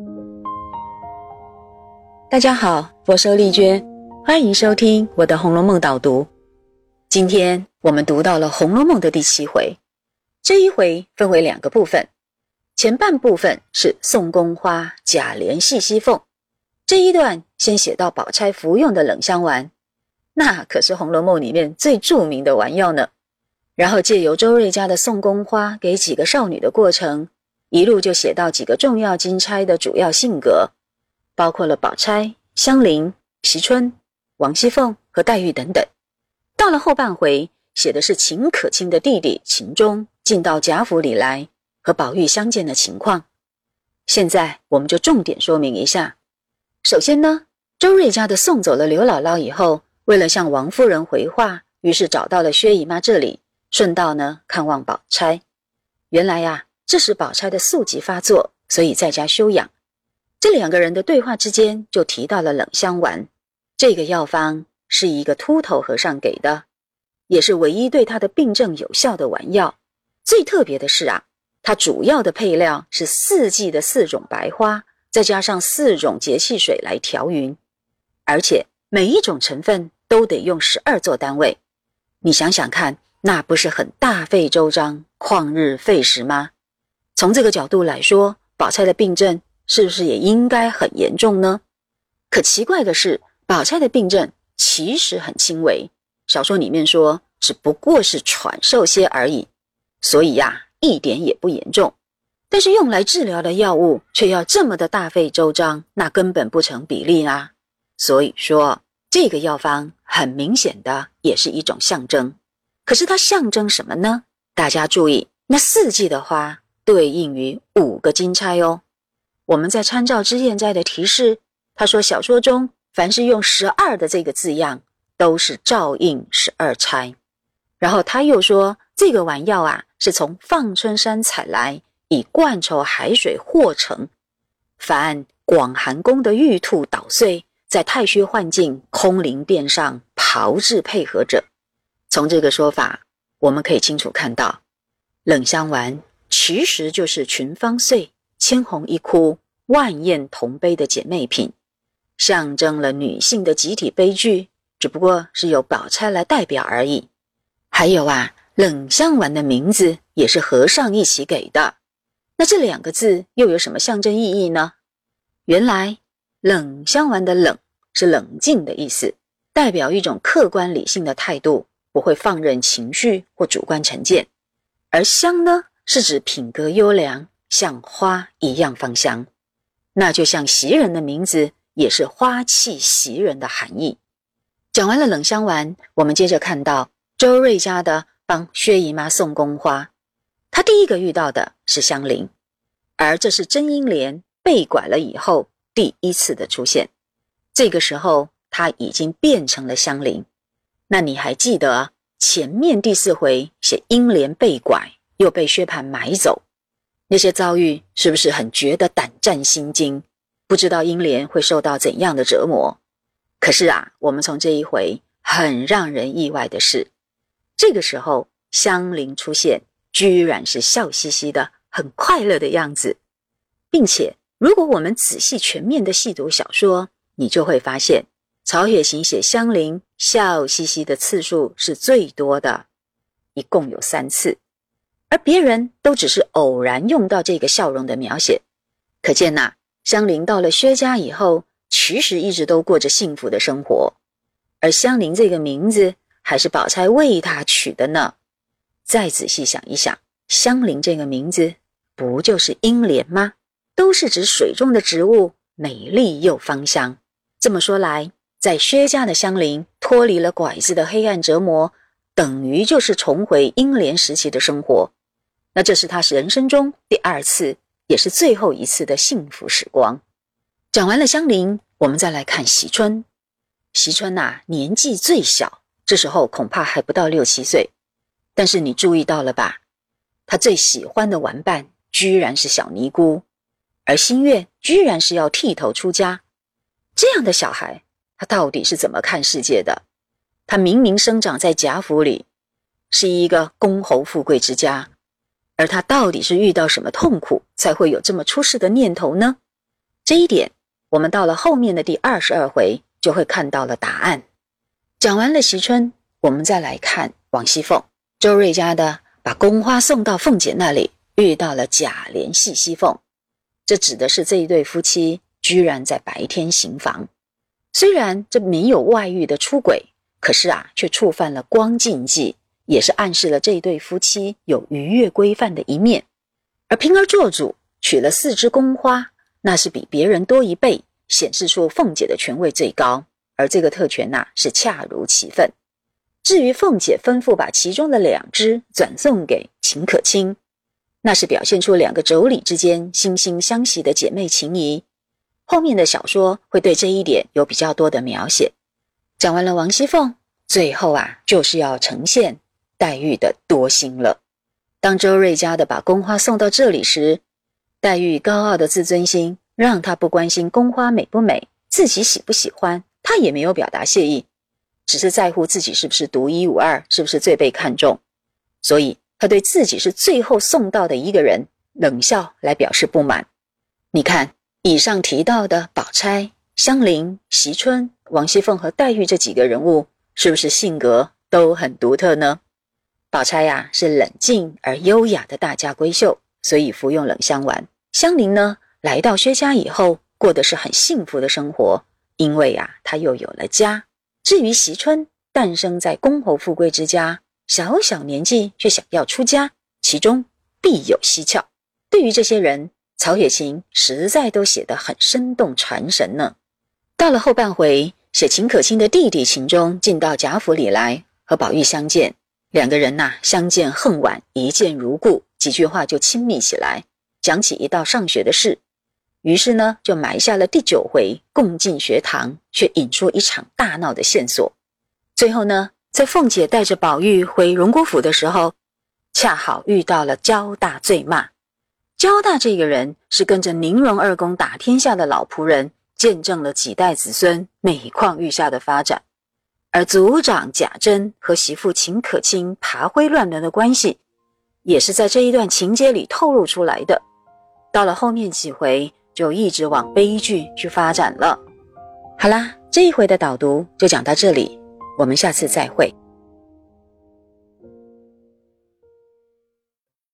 大家好，我是丽娟，欢迎收听我的《红楼梦》导读。今天我们读到了《红楼梦》的第7回，这一回分为2个部分，前半部分是宋宫花、贾琏戏西凤，这一段先写到宝钗服用的冷香丸，那可是《红楼梦》里面最著名的丸药呢。然后借由周瑞家的宋宫花给几个少女的过程，一路就写到几个重要金钗的主要性格，包括了宝钗、香菱、惜春、王熙凤和黛玉等等。到了后半回，写的是秦可卿的弟弟秦钟进到贾府里来和宝玉相见的情况。现在我们就重点说明一下。首先呢，周瑞家的送走了刘姥姥以后，为了向王夫人回话，于是找到了薛姨妈这里，顺道呢看望宝钗。原来啊，这时宝钗的宿疾发作，所以在家休养。这2个人的对话之间就提到了冷香丸，这个药方是一个秃头和尚给的，也是唯一对他的病症有效的丸药。最特别的是啊，它主要的配料是4季的4种白花，再加上4种节气水来调匀，而且每一种成分都得用12做单位。你想想看，那不是很大费周章、旷日费时吗？从这个角度来说，宝钗的病症是不是也应该很严重呢？可奇怪的是，宝钗的病症其实很轻微，小说里面说只不过是喘瘦些而已，所以呀，一点也不严重。但是用来治疗的药物却要这么的大费周章，那根本不成比例啊。所以说，这个药方很明显的也是一种象征。可是它象征什么呢？大家注意，那4季的花对应于5个金钗哦。我们在参照脂砚斋的提示，他说小说中凡是用12的这个字样，都是照应12钗。然后他又说，这个丸药啊，是从放春山采来，以灌稠海水和成，凡广寒宫的玉兔捣碎，在太虚幻境空灵殿上炮制配合者。从这个说法，我们可以清楚看到，冷香丸其实就是群芳碎、千红一哭、万艳同悲的姐妹品，象征了女性的集体悲剧，只不过是由宝钗来代表而已。还有啊，冷香丸的名字也是和尚一起给的，那这2个字又有什么象征意义呢？原来冷香丸的冷是冷静的意思，代表一种客观理性的态度，不会放任情绪或主观成见。而香呢，是指品格优良，像花一样芳香，那就像袭人的名字也是花气袭人的含义。讲完了冷香丸，我们接着看到周瑞家的帮薛姨妈送宫花，他第一个遇到的是香菱，而这是甄英莲被拐了以后第1次的出现。这个时候他已经变成了香菱。那你还记得前面第4回写英莲被拐又被薛蟠买走，那些遭遇是不是很觉得胆战心惊，不知道英莲会受到怎样的折磨？可是啊，我们从这一回很让人意外的是，这个时候香菱出现，居然是笑嘻嘻的，很快乐的样子。并且如果我们仔细全面的细读小说，你就会发现曹雪芹写香菱笑嘻嘻的次数是最多的，一共有3次，而别人都只是偶然用到这个笑容的描写。可见啊，香菱到了薛家以后，其实一直都过着幸福的生活，而香菱这个名字还是宝钗为她取的呢。再仔细想一想，香菱这个名字不就是英莲吗？都是指水中的植物，美丽又芳香。这么说来，在薛家的香菱脱离了拐子的黑暗折磨，等于就是重回英莲时期的生活。那这是她人生中第2次，也是最后一次的幸福时光。讲完了香菱，我们再来看惜春。惜春啊，年纪最小，这时候恐怕还不到6、7岁。但是你注意到了吧，她最喜欢的玩伴居然是小尼姑，而心愿居然是要剃头出家。这样的小孩，他到底是怎么看世界的？他明明生长在贾府里，是一个公侯富贵之家，而他到底是遇到什么痛苦，才会有这么出世的念头呢？ 这一点我们到了后面的第22回就会看到了答案。讲完了惜春，我们再来看王熙凤。周瑞家的把宫花送到凤姐那里，遇到了贾琏戏熙凤，这指的是这一对夫妻居然在白天行房。虽然这没有外遇的出轨，可是却触犯了光禁忌，也是暗示了这一对夫妻有逾越规范的一面。而平儿做主取了4枝宫花，那是比别人多1倍，显示出凤姐的权位最高，而这个特权是恰如其分。至于凤姐吩咐把其中的2枝转送给秦可卿，那是表现出2个妯娌之间惺惺相惜的姐妹情谊。后面的小说会对这一点有比较多的描写。讲完了王熙凤，最后就是要呈现黛玉的多心了。当周瑞家的把宫花送到这里时，黛玉高傲的自尊心让她不关心宫花美不美，自己喜不喜欢，她也没有表达谢意，只是在乎自己是不是独一无二，是不是最被看重。所以她对自己是最后送到的一个人冷笑来表示不满。你看以上提到的宝钗、香菱、惜春、王熙凤和黛玉这几个人物，是不是性格都很独特呢？宝钗是冷静而优雅的大家闺秀，所以服用冷香丸。香菱呢，来到薛家以后过的是很幸福的生活，因为她又有了家。至于惜春，诞生在公侯富贵之家，小小年纪却想要出家，其中必有蹊跷。对于这些人，曹雪芹实在都写得很生动传神呢。到了后半回，写秦可卿的弟弟秦钟进到贾府里来和宝玉相见，2个人相见恨晚，一见如故，几句话就亲密起来，讲起一道上学的事。于是呢，就埋下了第9回共进学堂，却引出一场大闹的线索。最后呢，在凤姐带着宝玉回荣国府的时候，恰好遇到了焦大醉骂。焦大这个人是跟着宁荣2公打天下的老仆人，见证了几代子孙每况愈下的发展。而族长贾珍和媳妇秦可卿爬灰乱伦的关系，也是在这一段情节里透露出来的。到了后面几回就一直往悲剧去发展了。好啦，这一回的导读就讲到这里，我们下次再会。